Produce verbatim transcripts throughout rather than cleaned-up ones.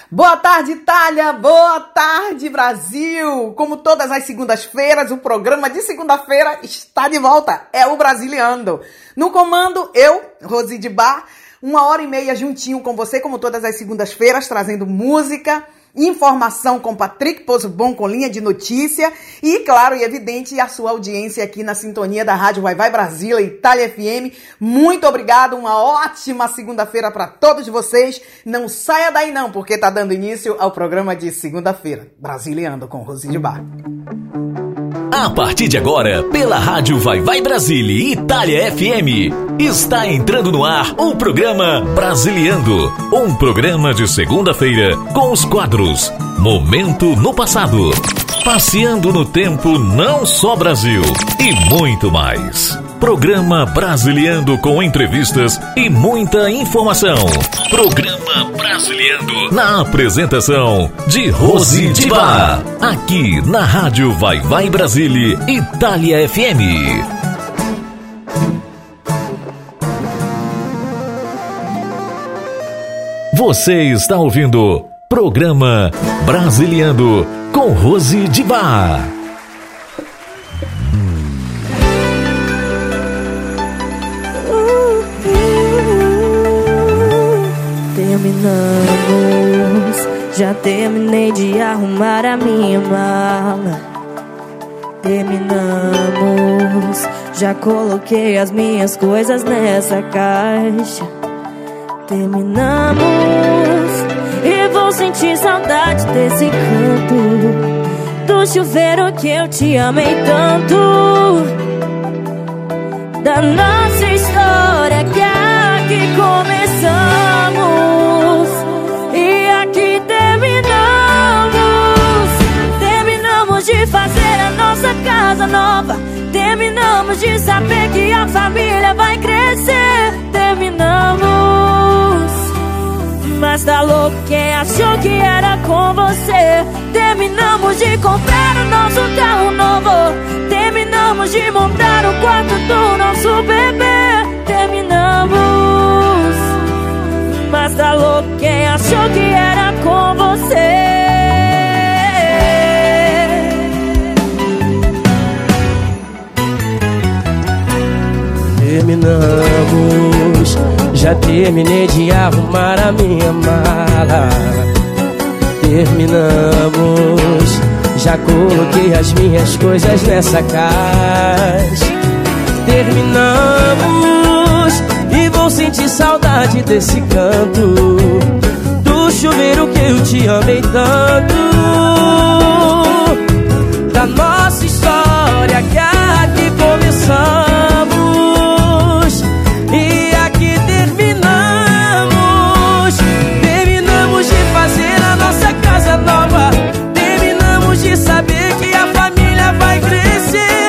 Boa tarde, Itália! Boa tarde, Brasil! Como todas as segundas-feiras, o programa de segunda-feira está de volta. É o Brasiliando. No comando, eu, Rosi de Bar, uma hora e meia juntinho com você, como todas as segundas-feiras, trazendo música, informação com Patrick Pozzebon com linha de notícia e, claro e evidente, a sua audiência aqui na sintonia da Rádio Vai Vai Brasília, Itália F M. Muito obrigado, uma ótima segunda-feira para todos vocês. Não saia daí não, porque tá dando início ao programa de segunda-feira, Brasiliando com Rosi de Bar. A partir de agora, pela Rádio Vai Vai Brasília, Itália F M, está entrando no ar o programa Brasiliando, um programa de segunda-feira com os quadros Momento no Passado, Passeando no Tempo Não Só Brasil e muito mais. Programa Brasiliando com entrevistas e muita informação. Programa Brasiliando na apresentação de Rosi de Bar, aqui na Rádio Vai Vai Brasília, Itália F M. Você está ouvindo Programa Brasiliando com Rosi de Bar. Terminamos, já terminei de arrumar a minha mala. Terminamos, já coloquei as minhas coisas nessa caixa. Terminamos, e vou sentir saudade desse canto, do chuveiro que eu te amei tanto, da nossa história que aqui começamos e aqui terminamos. Terminamos de fazer a nossa casa nova, terminamos de saber que a família vai crescer. Terminamos, mas tá louco quem achou que era com você. Terminamos de comprar o nosso carro novo, terminamos de montar o quarto do nosso bebê. Terminamos, mas tá louco quem achou que era com você. Terminamos, já terminei de arrumar a minha mala. Terminamos, já coloquei as minhas coisas nessa caixa. Terminamos, e vou sentir saudade desse canto, do chuveiro que eu te amei tanto, da nossa história que aqui começamos e aqui terminamos. Terminamos de fazer a nossa casa nova, terminamos de saber que a família vai crescer.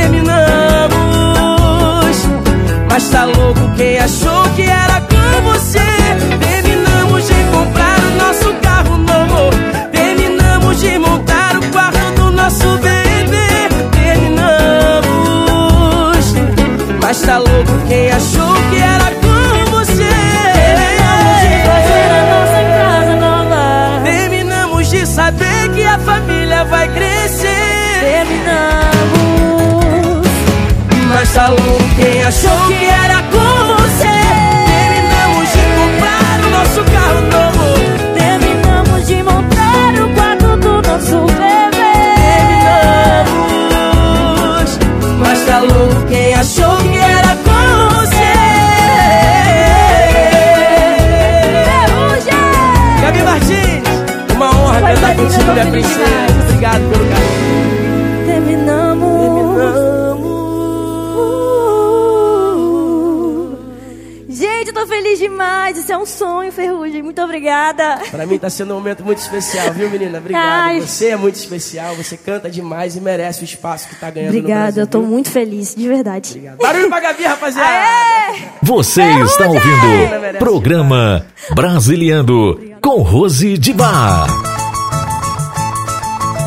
Terminamos, mas tá louco quem achou que era com você. Terminamos de comprar o nosso carro novo, terminamos de montar o quarto do nosso bebê. Terminamos, mas tá louco quem achou que era com você. Terminamos de fazer a nossa casa nova, terminamos de saber que a família vai crescer. terminamos, mas tá louco quem achou que era com você. Terminamos de comprar o nosso carro novo, terminamos de montar o quarto do nosso bebê. terminamos, mas tá louco quem achou que era com você. Ferrugem! Gabi Martins, uma honra cantar contigo, minha princesa. Obrigado pelo carinho. Terminamos. Gente, eu tô feliz demais. Isso é um sonho, Ferrugem. Muito obrigada. Pra mim tá sendo um momento muito especial, viu, menina? Obrigado. Ai. Você é muito especial, você canta demais e merece o espaço que tá ganhando Obrigada, no Brasil. eu tô viu? muito feliz, de verdade. Obrigado. Barulho pra Gabi, rapaziada. Aê! Você está ouvindo Programa Brasiliando com Rosi de Bar.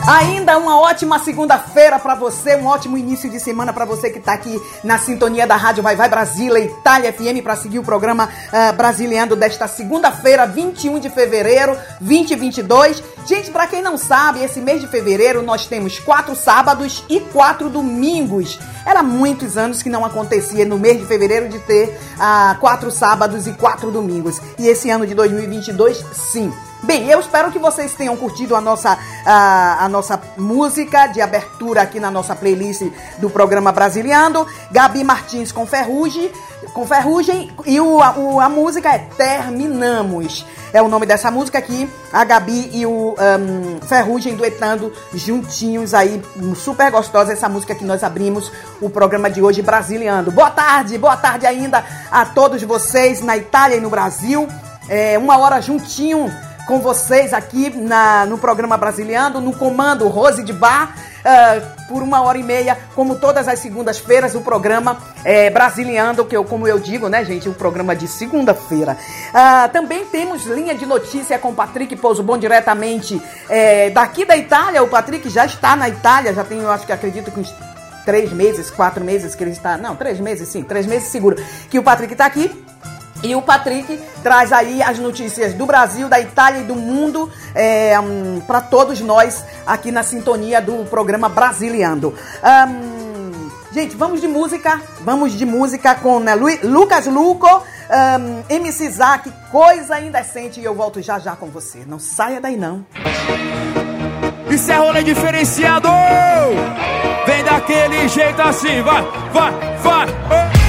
Ainda uma ótima segunda-feira para você, um ótimo início de semana para você que tá aqui na sintonia da Rádio Vai Vai Brasília, Itália F M, para seguir o programa uh, Brasiliando desta segunda-feira, vinte e um de fevereiro de vinte e vinte e dois. Gente, para quem não sabe, esse mês de fevereiro nós temos quatro sábados e quatro domingos. Era muitos anos que não acontecia no mês de fevereiro de ter uh, quatro sábados e quatro domingos. E esse ano de dois mil e vinte e dois, sim. Bem, eu espero que vocês tenham curtido a nossa, a, a nossa música de abertura aqui na nossa playlist do programa Brasiliando. Gabi Martins com Ferrugem, com Ferrugem e o, a, o, a música é Terminamos. É o nome dessa música aqui, a Gabi e o um, Ferrugem duetando juntinhos aí, super gostosa essa música que nós abrimos o programa de hoje Brasiliando. Boa tarde, boa tarde ainda a todos vocês na Itália e no Brasil. É, uma hora juntinho com vocês aqui na, no programa Brasiliando, no comando Rose de Bar, uh, por uma hora e meia, como todas as segundas-feiras, o programa é, Brasiliando, que eu, como eu digo, né, gente, o programa de segunda-feira. Uh, também temos linha de notícia com Patrick Pouso Bom, diretamente é, daqui da Itália. O Patrick já está na Itália, já tem, eu acho que acredito que uns três meses, quatro meses que ele está... Não, três meses, sim, três meses seguro que o Patrick está aqui. E o Patrick traz aí as notícias do Brasil, da Itália e do mundo é, um, para todos nós aqui na sintonia do programa Brasiliando. Um, gente, vamos de música, vamos de música com né, Lu, Lucas Luco, um, M C Zack, Coisa Indecente, e eu volto já já com você. Não saia daí não. Isso é rolê diferenciado, vem daquele jeito assim, vai, vai, vai. Oh.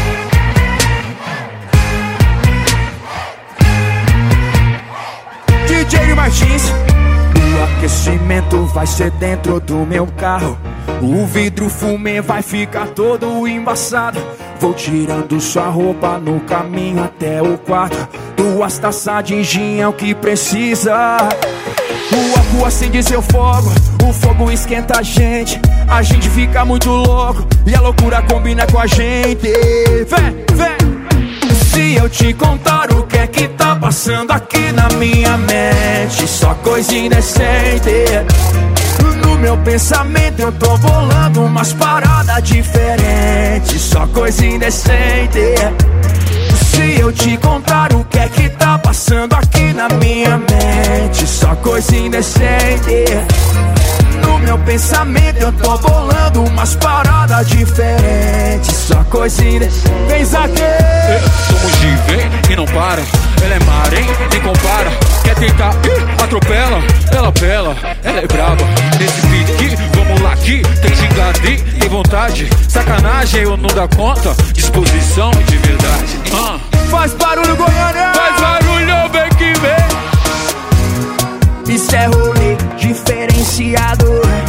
D J Martins, o aquecimento vai ser dentro do meu carro. O vidro fumê vai ficar todo embaçado. Vou tirando sua roupa no caminho até o quarto. Duas taças de gin é o que precisa. O álcool acende seu fogo, o fogo esquenta a gente. A gente fica muito louco e a loucura combina com a gente. Vem, vem. Se eu te contar o que é que tá passando aqui na minha mente, só coisa indecente. No meu pensamento eu tô bolando umas paradas diferentes, só coisa indecente. Se eu te contar o que é que tá passando aqui na minha mente, só coisa indecente. No meu pensamento eu tô bolando umas paradas diferentes, só coisa indecente. Vem Zaque! Somos de vem e não para. Ela é mar, hein? Nem compara. Quer tentar? Ih, atropela. Ela pela, ela é braba. Nesse pique, vamos lá aqui. Tem gingadi, tem vontade. Sacanagem ou não dá conta? Disposição de verdade. Ah. Faz barulho, Goiânia! Faz barulho, vem que vem. Isso é rolê diferenciado.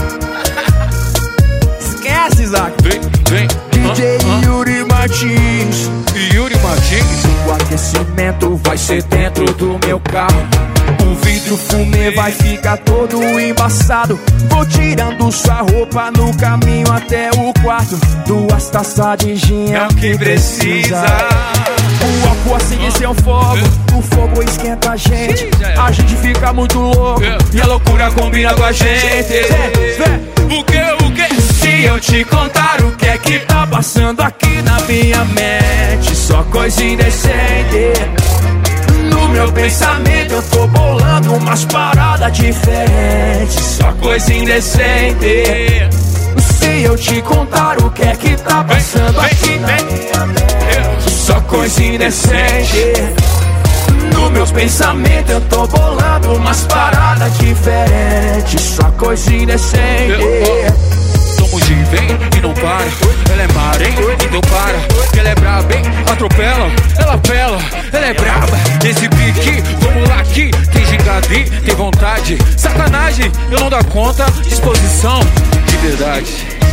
Esquece, Zaque. Vem, vem. D J ah, Yuri ah. Martins. Yuri Martins. O aquecimento vai ser dentro do meu carro. O vidro fumê vai ficar todo embaçado. Vou tirando sua roupa no caminho até o quarto. Duas taças de gin é o que precisa. O álcool acende seu fogo, o fogo esquenta a gente. A gente fica muito louco e a loucura combina com a gente. O que, o que? Se eu te contar o que é que tá passando aqui na minha mente, só coisa indecente. No meu pensamento eu tô bolando umas paradas diferentes, só coisa indecente. Se eu te contar o que é que tá passando aqui na minha mente, só coisa indecente. No meus pensamentos eu tô bolando umas paradas diferentes, só coisa indecente. Somos de vem e não para. Ela é mar, hein? Então para. Ela é braba, hein? Atropela. Ela pela, ela é braba. Nesse pique, vamos lá aqui. Tem gingadi, tem vontade. Sacanagem, eu não dá conta. Disposição de verdade.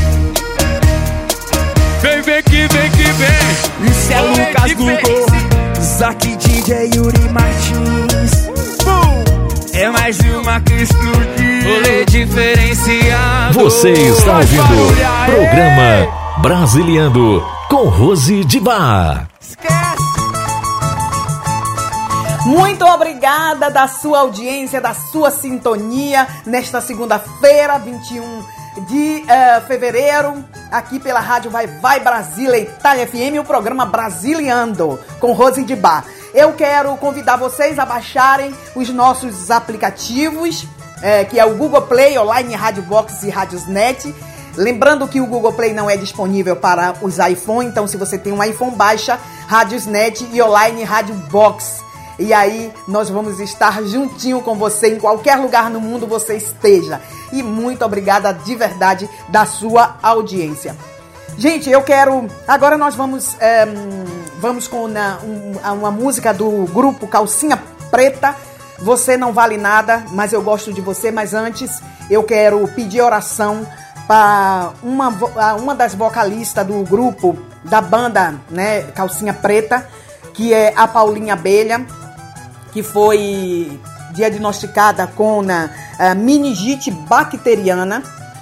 Vem, vem que vem que vem. Isso é Lucas Google, Zaque, D J Yuri Martins. É mais uma que explodiu. Rolê diferenciado. Você está ouvindo o programa Brasiliando com Rose de Bar. Esquece. Muito obrigada da sua audiência, da sua sintonia nesta segunda-feira, vinte e um de uh, fevereiro, aqui pela Rádio Vai Vai Brasília, Itália F M, o programa Brasiliando, com Rose de Bar. Eu quero convidar vocês a baixarem os nossos aplicativos, é, que é o Google Play, Online Rádio Box e Radiosnet. Lembrando que o Google Play não é disponível para os iPhone, então se você tem um iPhone, baixa Radiosnet e Online Rádio Box. E aí nós vamos estar juntinho com você em qualquer lugar no mundo você esteja. E muito obrigada de verdade da sua audiência. Gente, eu quero... Agora nós vamos, é, vamos com uma, um, uma música do grupo Calcinha Preta. Você não vale nada, mas eu gosto de você. Mas antes eu quero pedir oração para uma, uma das vocalistas do grupo, da banda, né, Calcinha Preta, que é a Paulinha Abelha, que foi diagnosticada com a meningite bacteriana.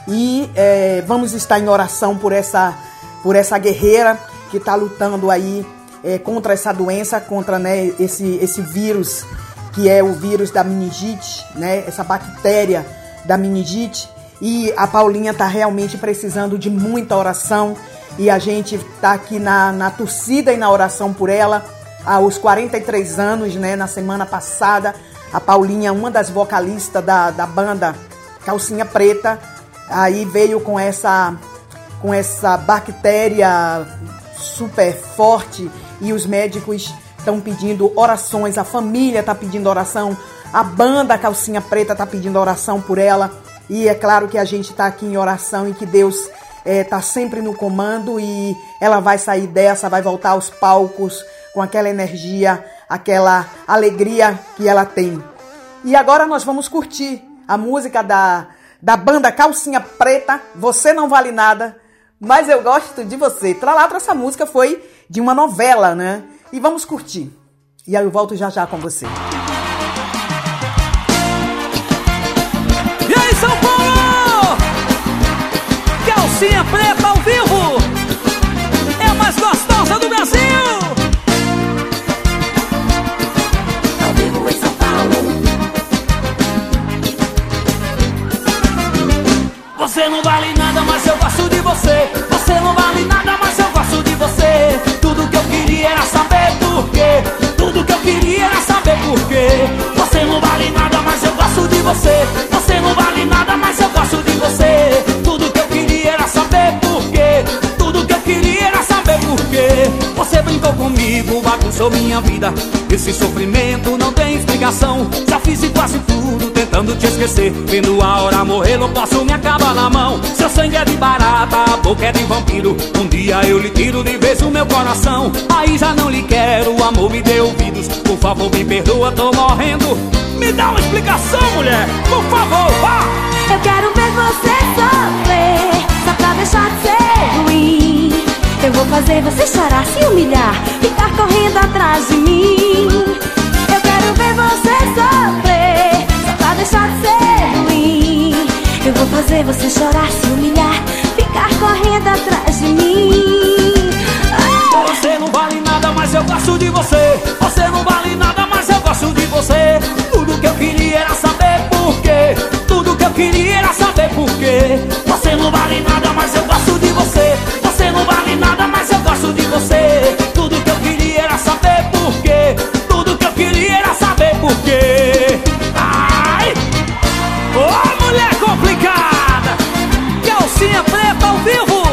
E é, vamos estar em oração por essa, por essa guerreira que está lutando aí é, contra essa doença, contra, né, esse, esse vírus, que é o vírus da meningite, né, essa bactéria da meningite. E a Paulinha está realmente precisando de muita oração. E a gente está aqui na, na torcida e na oração por ela. Aos quarenta e três anos, né, na semana passada, a Paulinha, uma das vocalistas da, da banda Calcinha Preta, aí veio com essa, com essa bactéria super forte e os médicos estão pedindo orações, a família está pedindo oração, a banda Calcinha Preta está pedindo oração por ela. E é claro que a gente está aqui em oração e que Deus está é, sempre no comando e ela vai sair dessa, vai voltar aos palcos com aquela energia, aquela alegria que ela tem. E agora nós vamos curtir a música da, da banda Calcinha Preta, Você Não Vale Nada, Mas Eu Gosto de Você. Tralatra, essa música foi de uma novela, né? E vamos curtir. E aí eu volto já já com você. E aí, São Paulo! Calcinha Preta ao vivo! É a mais gostosa do Brasil! Você não vale nada, mas eu gosto de você. Você não vale nada, mas eu gosto de você. Tudo que eu queria era saber por quê. Tudo que eu queria era saber por quê. Você não vale nada, mas eu gosto de você. Você não vale nada, mas eu gosto de você. Tudo que eu queria era saber por quê. Tudo que eu queria era saber por quê. Você brincou comigo, bagunçou minha vida. Esse sofrimento não tem explicação. Já fiz quase tudo tentando te esquecer. Vendo a hora morrer, não posso me acabar na mão. Seu sangue é de barata, a boca é de vampiro. Um dia eu lhe tiro de vez o meu coração. Aí já não lhe quero, o amor me dê ouvidos. Por favor, me perdoa, tô morrendo. Me dá uma explicação, mulher, por favor, vá. Eu quero ver você sofrer, só pra deixar de ser ruim. Eu vou fazer você chorar, se humilhar, ficar correndo atrás de mim. Eu quero ver você sofrer, só pra deixar de ser ruim. Eu vou fazer você chorar, se humilhar, ficar correndo atrás de mim. Oh! Você não vale nada, mas eu gosto de você. Você não vale nada, mas eu gosto de você. Tudo que eu queria era saber por quê. Tudo que eu queria era saber por quê. Você não vale nada, mas eu gosto de você. Você não vale nada, mas eu gosto de você. Tudo que eu queria era saber por quê. Tudo que eu queria era saber por quê. Ai! Ô, oh, mulher complicada! Calcinha Preta ao vivo!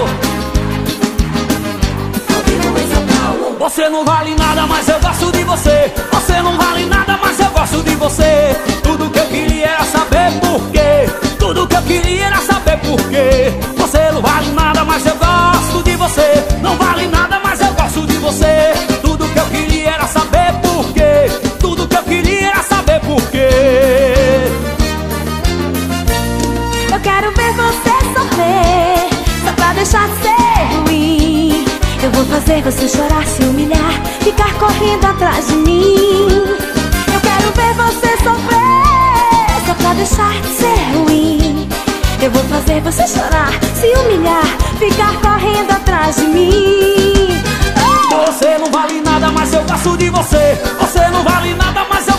Você não vale nada, mas eu gosto de você. Você não vale nada, mas eu gosto de você. Tudo que eu queria era saber por quê. Tudo que eu queria era saber por quê. Você não vale nada, mas eu gosto de você. Não vale nada, mas eu gosto de você. Tudo que eu queria era saber por quê. Tudo que eu queria era saber por quê. Eu quero ver você sofrer, só pra deixar de ser ruim. Eu vou fazer você chorar, se humilhar, ficar correndo atrás de mim. Eu quero ver você sofrer, só pra deixar de ser ruim. Eu vou fazer você chorar, se humilhar, ficar correndo atrás de mim. Oh! Você não vale nada, mas eu gosto de você. Você não vale nada, mas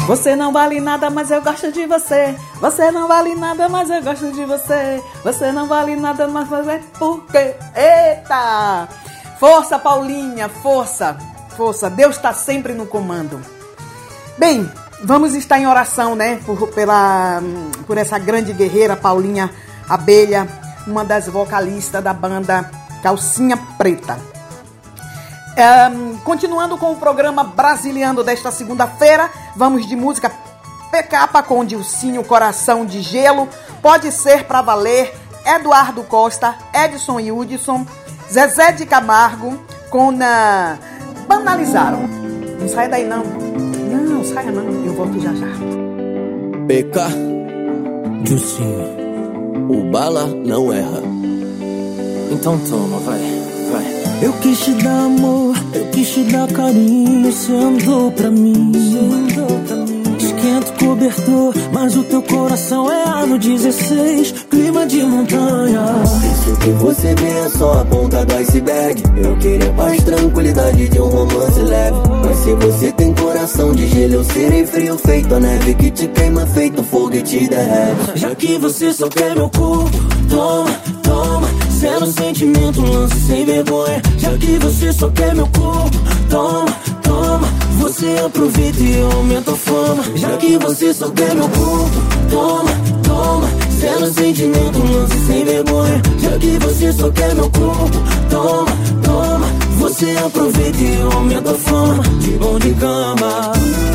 Você não vale nada, mas eu gosto de você. Você não vale nada, mas eu gosto de você. Você não vale nada, mas é porque... Eita! Força, Paulinha, força, força. Deus está sempre no comando. Bem, vamos estar em oração, né? Por, pela, por essa grande guerreira, Paulinha Abelha, uma das vocalistas da banda Calcinha Preta. Um, continuando com o programa Brasiliando desta segunda-feira, vamos de música P K com Dilcinho Coração de Gelo, Pode Ser Pra Valer, Eduardo Costa, Edson e Hudson, Zezé de Camargo com na... Banalizaram. Não saia daí não. Não, saia não, eu volto já já. P K, Dilcinho, o bala não erra. Então toma, vai. Eu quis te dar amor, eu quis te dar carinho, você andou pra mim, você andou pra mim. Esquenta o cobertor, mas o teu coração é ano dezesseis, clima de montanha. Isso que você vê é só a ponta do iceberg. Eu queria paz, tranquilidade de um romance leve. Mas se você tem coração de gelo, eu serei frio feito a neve que te queima feito fogo e te derrete. Já que você só quer meu corpo, toma, toma. Zero sentimento, lance sem vergonha. Já que você só quer meu corpo, toma, toma. Você aproveita e aumenta a fama. Já que você só quer meu corpo, toma, toma. Zero sentimento, lance sem vergonha. Já que você só quer meu corpo, toma, toma. Você aproveita e aumenta a fama. De bom de cama.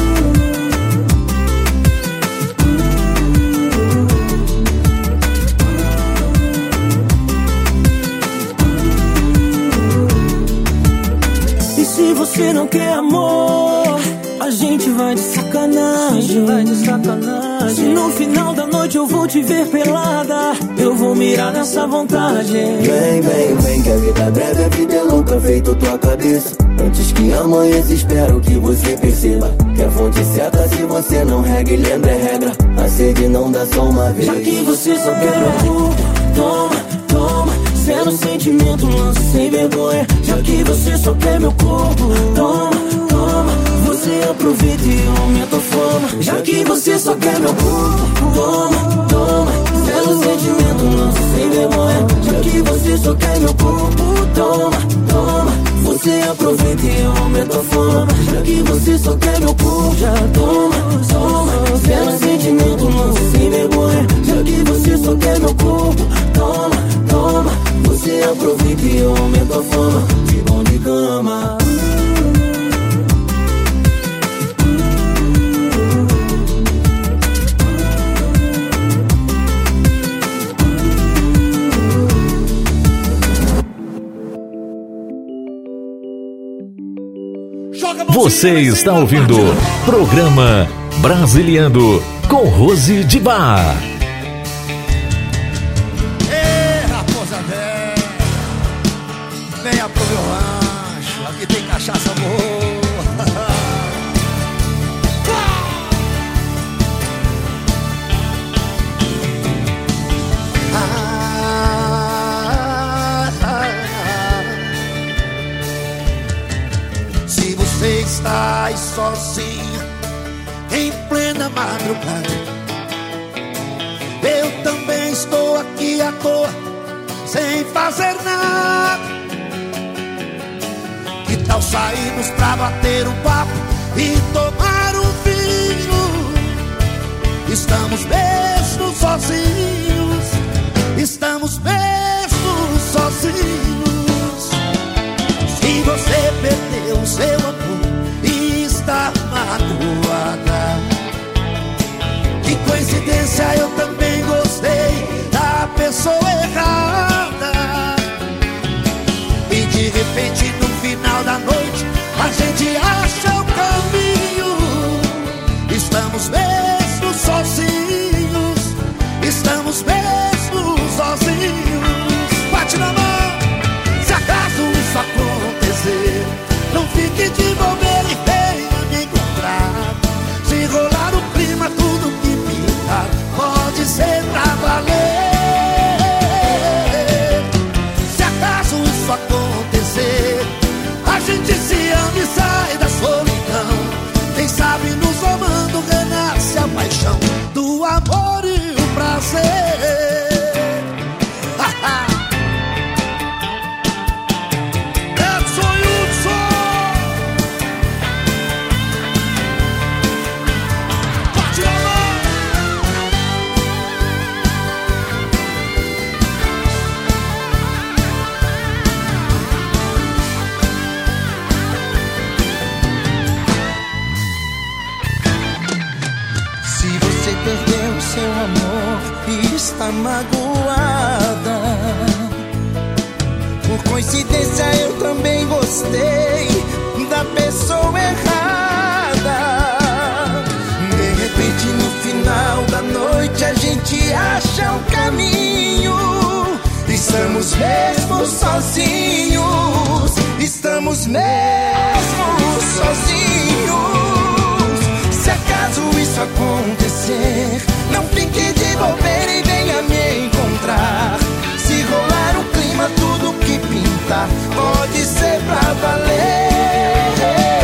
Se você não quer amor, a gente vai de sacanagem, vai de sacanagem. Se no final da noite eu vou te ver pelada, eu vou mirar nessa vontade. Vem, vem, vem, que a vida é breve, a vida é louca, feito tua cabeça. Antes que amanheça, espero que você perceba que a fonte certa, se você não rega e lembra é regra. A sede não dá só uma vez. Já que você só quer meu corpo, toma, toma. Zero sentimento, lance sem vergonha. Já que você só quer meu corpo, toma, toma. Você aproveita e aumenta a fama. Já que você só quer meu corpo, toma, toma. Zero sentimento, lance sem vergonha. Já que você só quer meu corpo, toma, toma. Você aproveita e aumenta a fama. Já que você só quer meu corpo, já toma, toma. Zero sentimento, lance sem vergonha. Já que você só quer meu corpo, toma, toma. Você aproveita e aumenta a fama. De bom de cama. Você está ouvindo programa Brasiliando com Rose de Bar. Ei, raposa velha, venha pro meu rancho, aqui tem cachaça boa. Se você está aí sozinha, em plena madrugada, eu também estou aqui à toa, sem fazer nada. Que tal sairmos pra bater um papo e tomar um vinho? Estamos mesmo sozinhos, estamos mesmo sozinhos. Se você perdeu o seu amor e está magoada, que coincidência, eu também gostei da pessoa errada. E de repente no final da noite a gente acha o caminho. Estamos mesmo sozinhos, estamos mesmo sozinhos. Bate na mão, se acaso isso acontecer, não fique de bobeira e venha me encontrar. Se rolar o clima, tudo que pintar pode ser pra valer. Se acaso isso acontecer, está magoada. Por coincidência eu também gostei da pessoa errada. De repente no final da noite a gente acha um caminho. Estamos mesmo sozinhos, estamos mesmo sozinhos. Se acaso isso acontecer, não fique de bobeira e venha me encontrar. Se rolar o clima, tudo que pintar pode ser pra valer.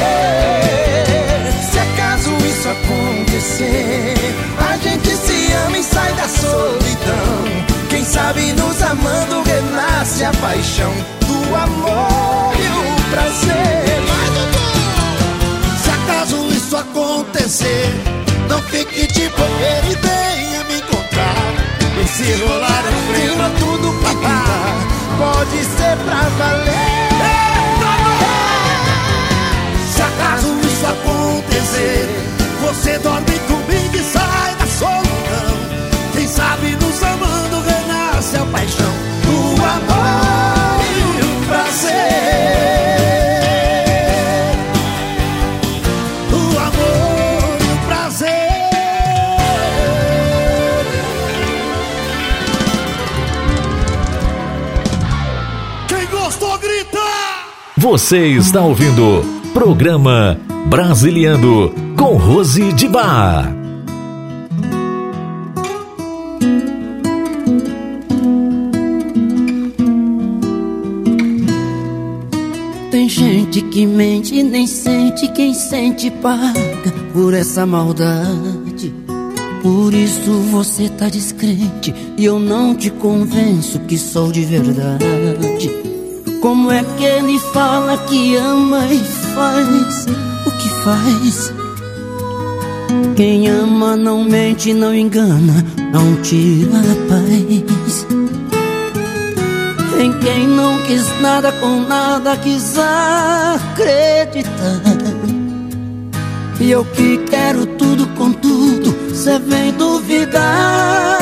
Se acaso isso acontecer, a gente se ama e sai da solidão. Quem sabe nos amando renasce a paixão do amor e o prazer. Se acaso isso acontecer, não fique de bobeira e venha me encontrar. E se rolar o clima, tudo que pintar pode ser pra valer. Se acaso isso acontecer, você dorme comigo e sai da solidão. Quem sabe nos amando renasce a paixão do amor e o prazer. O amor e o prazer. Quem gostou, grita! Você está ouvindo Programa Brasiliando com Rose de Bar. Tem gente que mente e nem sente, quem sente paga por essa maldade. Por isso você tá descrente e eu não te convenço que sou de verdade. Como é que ele fala que ama e faz o que faz? Quem ama não mente, não engana, não tira a paz. Em quem não quis nada com nada quis acreditar. E eu que quero tudo com tudo, cê vem duvidar.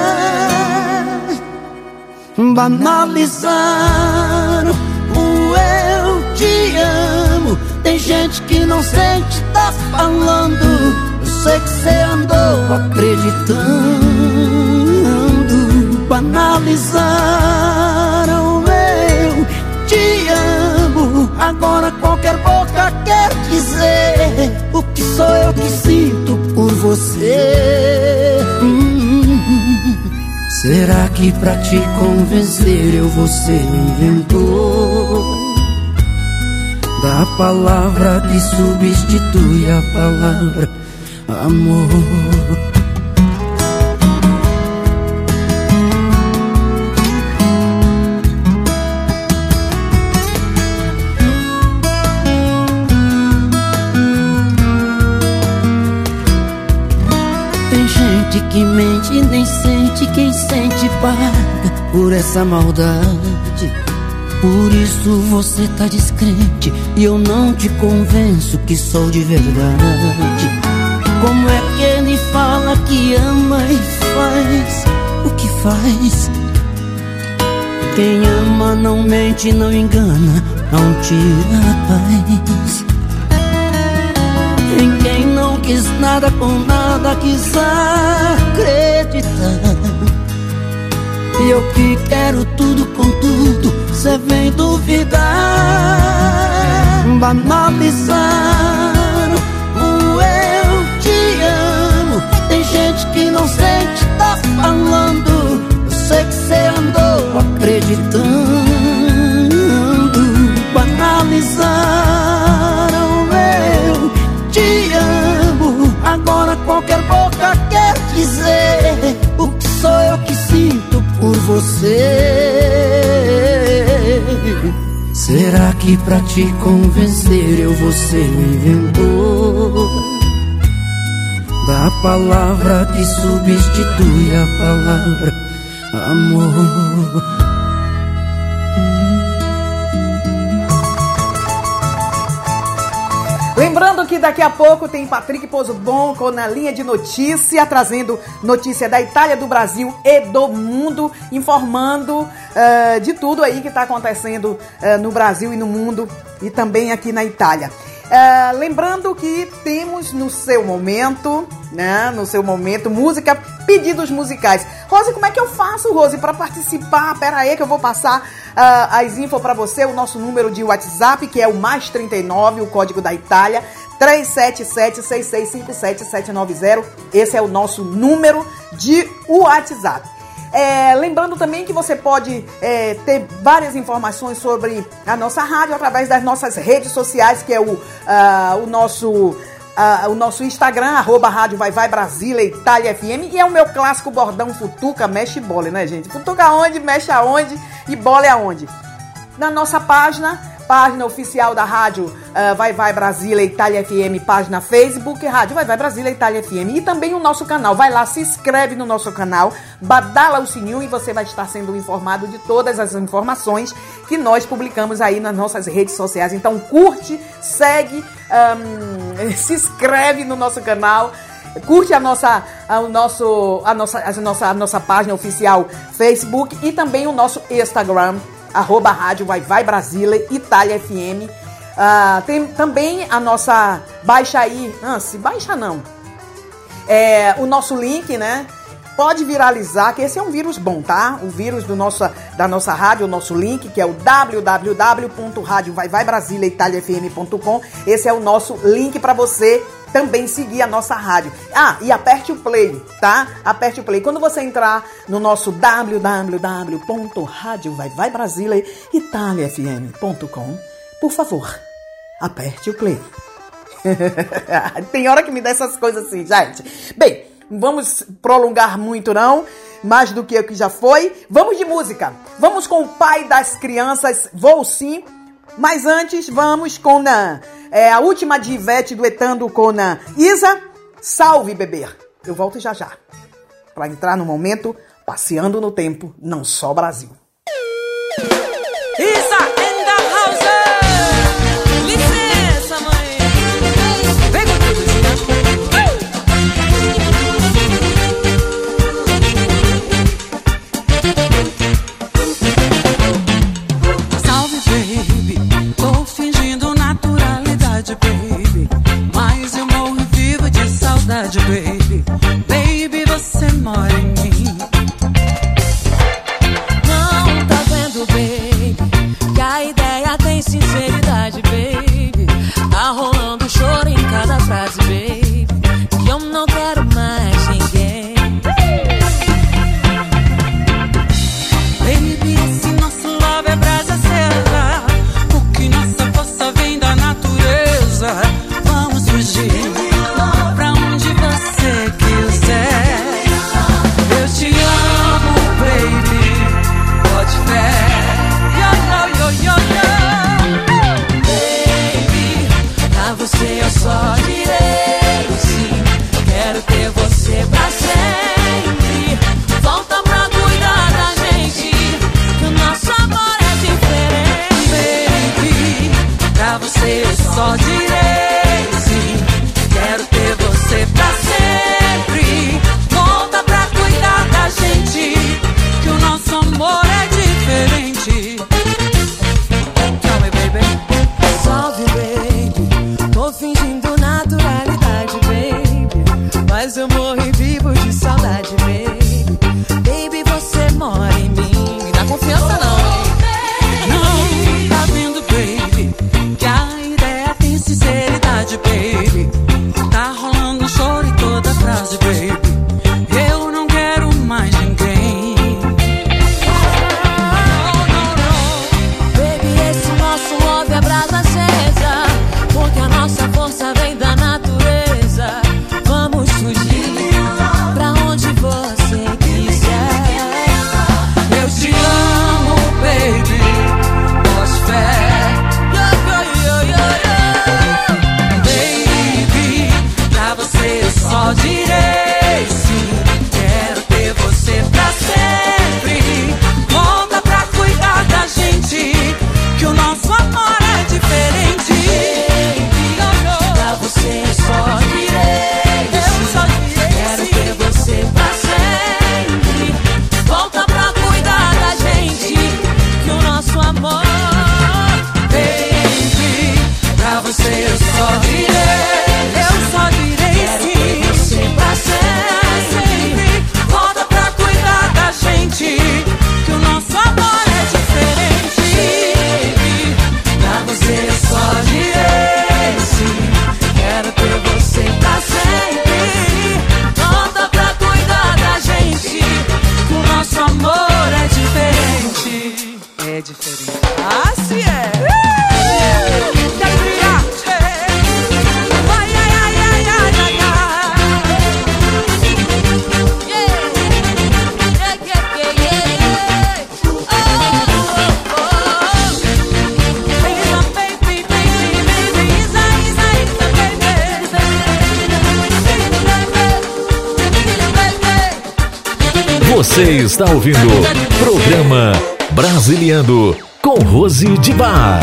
Banalizaram o eu te amo. Tem gente que não sente, tá falando. Eu sei que cê andou acreditando. Banalizaram eu te amo. Agora qualquer boca quer dizer o que sou eu que sinto por você. hum, Será que pra te convencer eu vou ser o inventor da palavra que substitui a palavra amor? Que mente e nem sente, quem sente paga por essa maldade. Por isso você tá descrente e eu não te convenço que sou de verdade. Como é que ele fala que ama e faz o que faz? Quem ama não mente, não engana, não tira a paz. Em quem não quis nada com nada quis acreditar. E eu que quero tudo com tudo, cê vem duvidar. Banalizaram o eu te amo. Tem gente que não sente, tá falando. Eu sei que cê andou acreditando. Banalizaram eu te amo. Agora qualquer boca quer dizer o que sou eu que sinto por você. Será que pra te convencer eu vou ser o inventor da palavra que substitui a palavra amor? Lembrando que daqui a pouco tem Patrick Pozzobon com na linha de notícia, trazendo notícia da Itália, do Brasil e do mundo, informando uh, de tudo aí que está acontecendo uh, no Brasil e no mundo e também aqui na Itália. Uh, lembrando que temos no seu momento, né, no seu momento, música, pedidos musicais. Rose, como é que eu faço, Rose, para participar? Pera aí que eu vou passar uh, as infos para você, o nosso número de WhatsApp, que é o mais trinta e nove, o código da Itália, três sete sete, seis seis cinco sete, sete nove zero. Esse é o nosso número de WhatsApp. É, lembrando também que você pode é, ter várias informações sobre a nossa rádio através das nossas redes sociais, que é o, uh, o, nosso, uh, o nosso Instagram, arroba Rádio Vai Vai Brasília Itália F M, e é o meu clássico bordão Futuca, mexe bola, né, gente? Futuca aonde, mexe aonde e bola é aonde? Na nossa página, página oficial da Rádio uh, Vai Vai Brasília Itália F M, página Facebook, Rádio Vai Vai Brasília Itália F M, e também o nosso canal. Vai lá, se inscreve no nosso canal, badala o sininho e você vai estar sendo informado de todas as informações que nós publicamos aí nas nossas redes sociais. Então curte, segue, um, se inscreve no nosso canal, curte a nossa, a, o nosso, a, nossa, a, nossa, a nossa página oficial Facebook e também o nosso Instagram, arroba Rádio Vai Vai Brasília Itália F M. Uh, tem também a nossa, baixa aí, ah, se baixa não, é, o nosso link, né? Pode viralizar, que esse é um vírus bom, tá? O vírus do nosso, da nossa rádio, o nosso link, que é o w w w ponto rádio vai vai brasília itália f m ponto com. Esse é o nosso link para você também seguir a nossa rádio. Ah, e aperte o play, tá? Aperte o play. Quando você entrar no nosso w w w ponto rádio vai vai brasília itália f m ponto com, por favor, aperte o play. Tem hora que me dá essas coisas assim, gente. Bem, não vamos prolongar muito não, mais do que o que já foi. Vamos de música. Vamos com o pai das crianças, Vou Sim. Mas antes, vamos com a, é, a última de Ivete duetando com a Isa, Salve Bebê. Eu volto já já, para entrar no momento Passeando no Tempo, Não Só Brasil. Isa in the house. Licença, mãe. Vem com tudo, Salve, baby. Tô fingindo naturalidade, baby. Mas eu morro e vivo de saudade, baby. Baby, você mora em mim. Não tá vendo, baby, que a ideia tem sinceridade, baby. Tá rolando choro em cada frase, baby, que eu não quero mais ninguém. Baby, esse nosso love é brasa acesa, porque nossa força vem da natureza. Vamos fugir pra onde você quiser. Eu te amo, baby, pode fé. Yo, yo, yo, yo, baby, pra você eu só direi sim. Quero ter você pra sempre. Volta pra cuidar da gente, que o nosso amor é diferente. Baby, pra você eu só direi sim. Quero ter você pra sempre. Volta pra cuidar da gente, que o nosso amor é diferente. Tell me, baby. Salve, baby, tô fingindo naturalidade, baby, mas eu morro e vivo de saudade, baby. Baby, você mora em mim. Me dá confiança não, hein? Não, tá vendo, baby, que a ideia tem Ah, se é. Quero brigar. Ai, ai, ai, ai, ai, ai, ai. Yeah, yeah, yeah, yeah, yeah. Oh, oh, oh. Isa, baby, baby, baby. Isa, Isa, Isa, baby. Você está ouvindo o programa Brasiliando com Rose de Bar.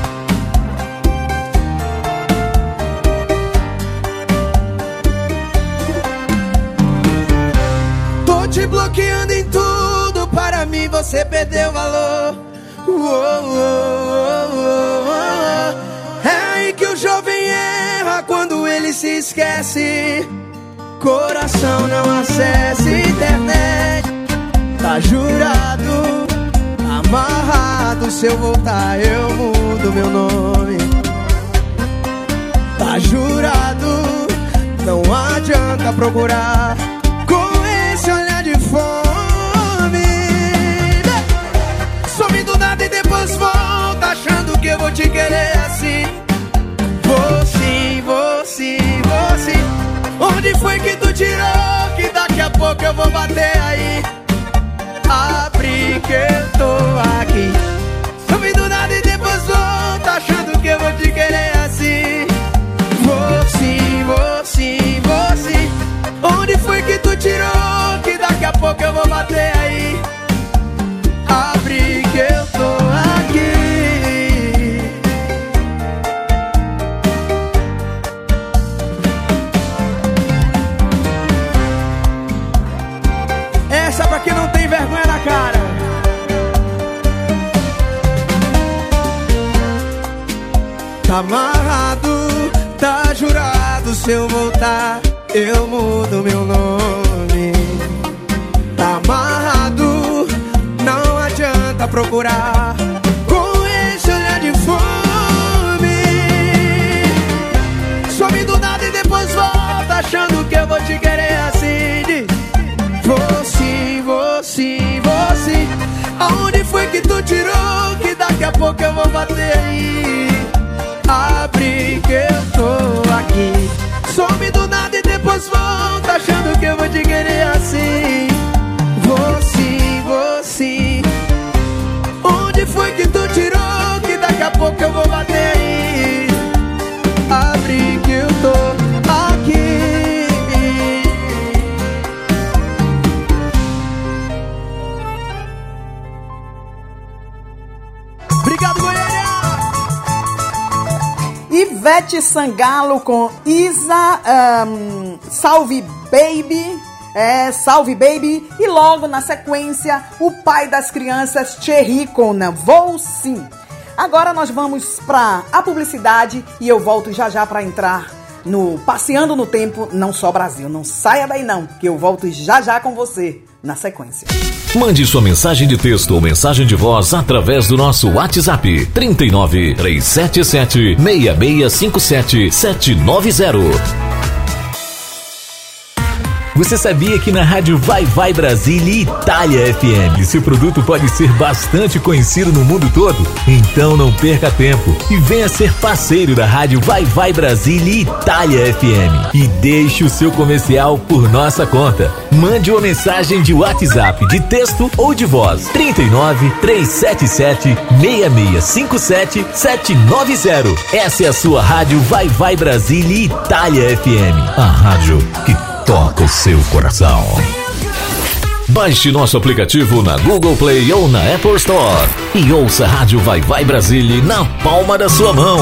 Tô te bloqueando em tudo, para mim você perdeu valor. Oh, oh, oh, oh, oh. É aí que o jovem erra quando ele se esquece. Coração não acessa internet. Tá jurado, amarrado. Se eu voltar eu mudo meu nome. Tá jurado, não adianta procurar com esse olhar de fome. Some do nada e depois volta, achando que eu vou te querer assim. Vou sim, vou sim, vou sim. Onde foi que tu tirou? Que daqui a pouco eu vou bater aí. Abre que eu tô aqui. Some do nada e depois volta, achando que eu vou te querer assim. Vou sim, vou sim, vou sim. Onde foi que tu tirou? Que daqui a pouco eu vou bater aí. Abre que eu tô aqui. Essa pra quem não tem vergonha na cara. Tá amarrado, tá jurado. Se eu voltar, eu mudo meu nome. Tá amarrado, não adianta procurar com esse olhar de fome. Some do nada e depois volta, achando que eu vou te querer assim. Diz, vou sim, vou sim, vou sim. Aonde foi que tu tirou? Que daqui a pouco eu vou bater aí. Abre que eu tô aqui. Some do nada e depois volta, achando que eu vou te querer assim. Vou sim, vou sim. Onde foi que tu tirou? Que daqui a pouco eu vou bater aí. Abre que eu tô aqui. Obrigado, Goiânia! Ivete Sangalo com Isa, um, Salve Baby, é, Salve Baby. E logo na sequência, o pai das crianças, Thierry com Vou Sim. Agora nós vamos para a publicidade e eu volto já já para entrar no Passeando no Tempo, Não Só Brasil. Não saia daí não, que eu volto já já com você na sequência. Mande sua mensagem de texto ou mensagem de voz através do nosso WhatsApp trinta e nove, três sete sete, seis seis cinco sete, sete nove zero. Você sabia que na rádio Vai Vai Brasília e Itália F M seu produto pode ser bastante conhecido no mundo todo? Então não perca tempo e venha ser parceiro da rádio Vai Vai Brasília e Itália F M e deixe o seu comercial por nossa conta. Mande uma mensagem de WhatsApp, de texto ou de voz. trinta e nove, três sete sete, seis seis cinco sete, sete nove zero. Essa é a sua rádio Vai Vai Brasília e Itália F M. A rádio que toca o seu coração. Baixe nosso aplicativo na Google Play ou na Apple Store e ouça a Rádio Vai Vai Brasília na palma da sua mão.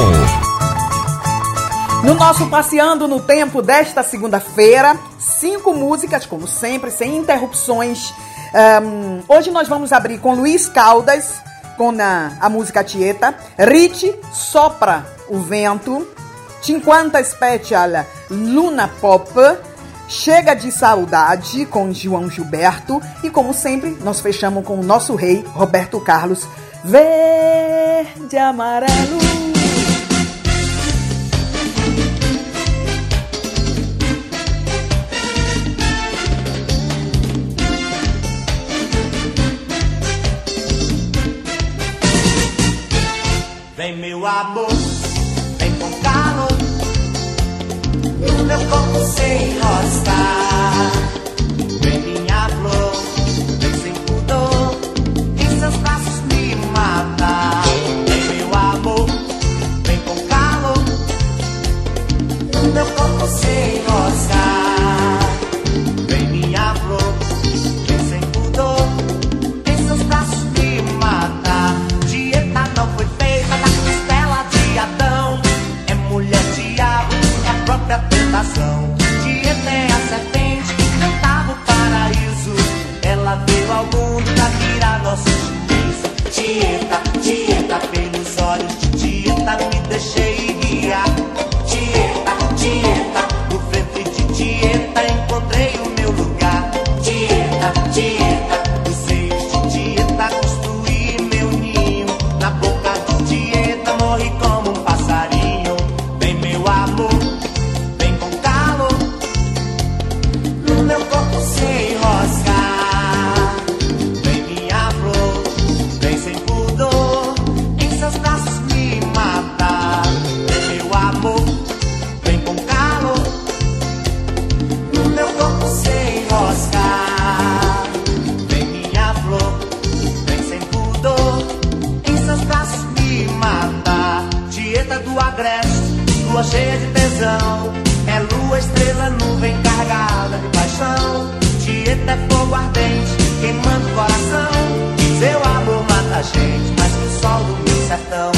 No nosso Passeando no Tempo desta segunda-feira, cinco músicas, como sempre, sem interrupções. Um, hoje nós vamos abrir com Luiz Caldas, com a, a música Tieta. Rich, Sopra o Vento. cinquanta Special, Luna Pop. Chega de Saudade, com João Gilberto. E como sempre, nós fechamos com o nosso rei, Roberto Carlos. Verde, amarelo. Vem meu amor, vem com calor no meu corpo sem enroscar. Vem minha flor, vem sem pudor, em seus braços me matar. Vem meu amor, vem com calor no meu corpo sem enroscar. Vem minha flor, vem sem pudor, em seus braços me matar. Dieta não foi feita da costela de Adão, é mulher diabo, é a própria tentação. Dieta é a serpente que cantava o paraíso, ela veio ao mundo pra tirar nosso juízo. Dieta, dieta, pelos olhos de dieta me deixei guiar. Dieta, dieta, no ventre de dieta encontrei o meu lugar. Dieta, dieta, nos seios de dieta construí meu ninho. Na boca de dieta morri como um passarinho. Vem meu amor, vem com calor no meu corpo sem enroscar. Vem minha flor, vem sem pudor, em seus braços me matar. Vem meu amor, vem com calor no meu corpo sem enroscar. Vem minha flor, vem sem pudor, em seus braços me matar. Dieta do agreste, lua cheia de tesão, é lua, estrela, nuvem carregada de paixão. Dieta é fogo ardente, queimando o coração. Seu amor mata a gente, mais que o sol do meu sertão.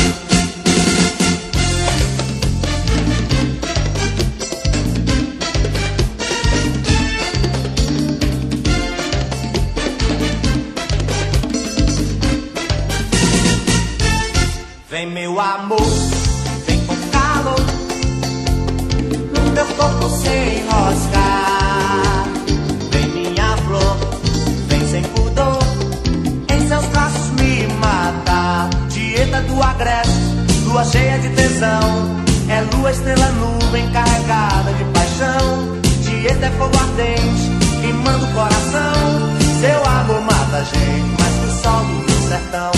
Vem meu amor, vem com calor no meu corpo sem enroscar. Vem minha flor, vem sem pudor, em seus braços me matar. Dieta do agreste, lua cheia de tesão, é lua, estrela, nuvem carregada de paixão. Dieta é fogo ardente, queimando o coração. Seu amor mata a gente, mais que o sol do meu sertão.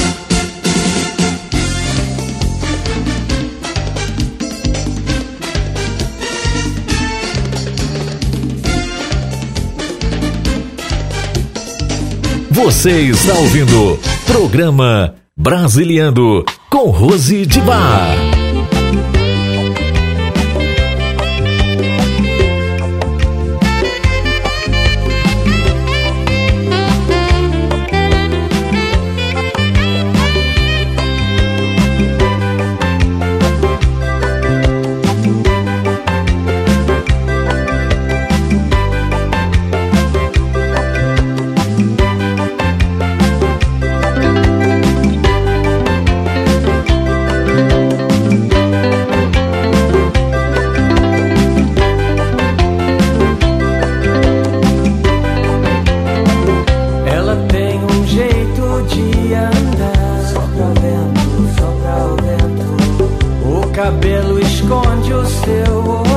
Você está ouvindo Programa Brasiliando com Rose de Bar. Cabelo esconde o seu olhar.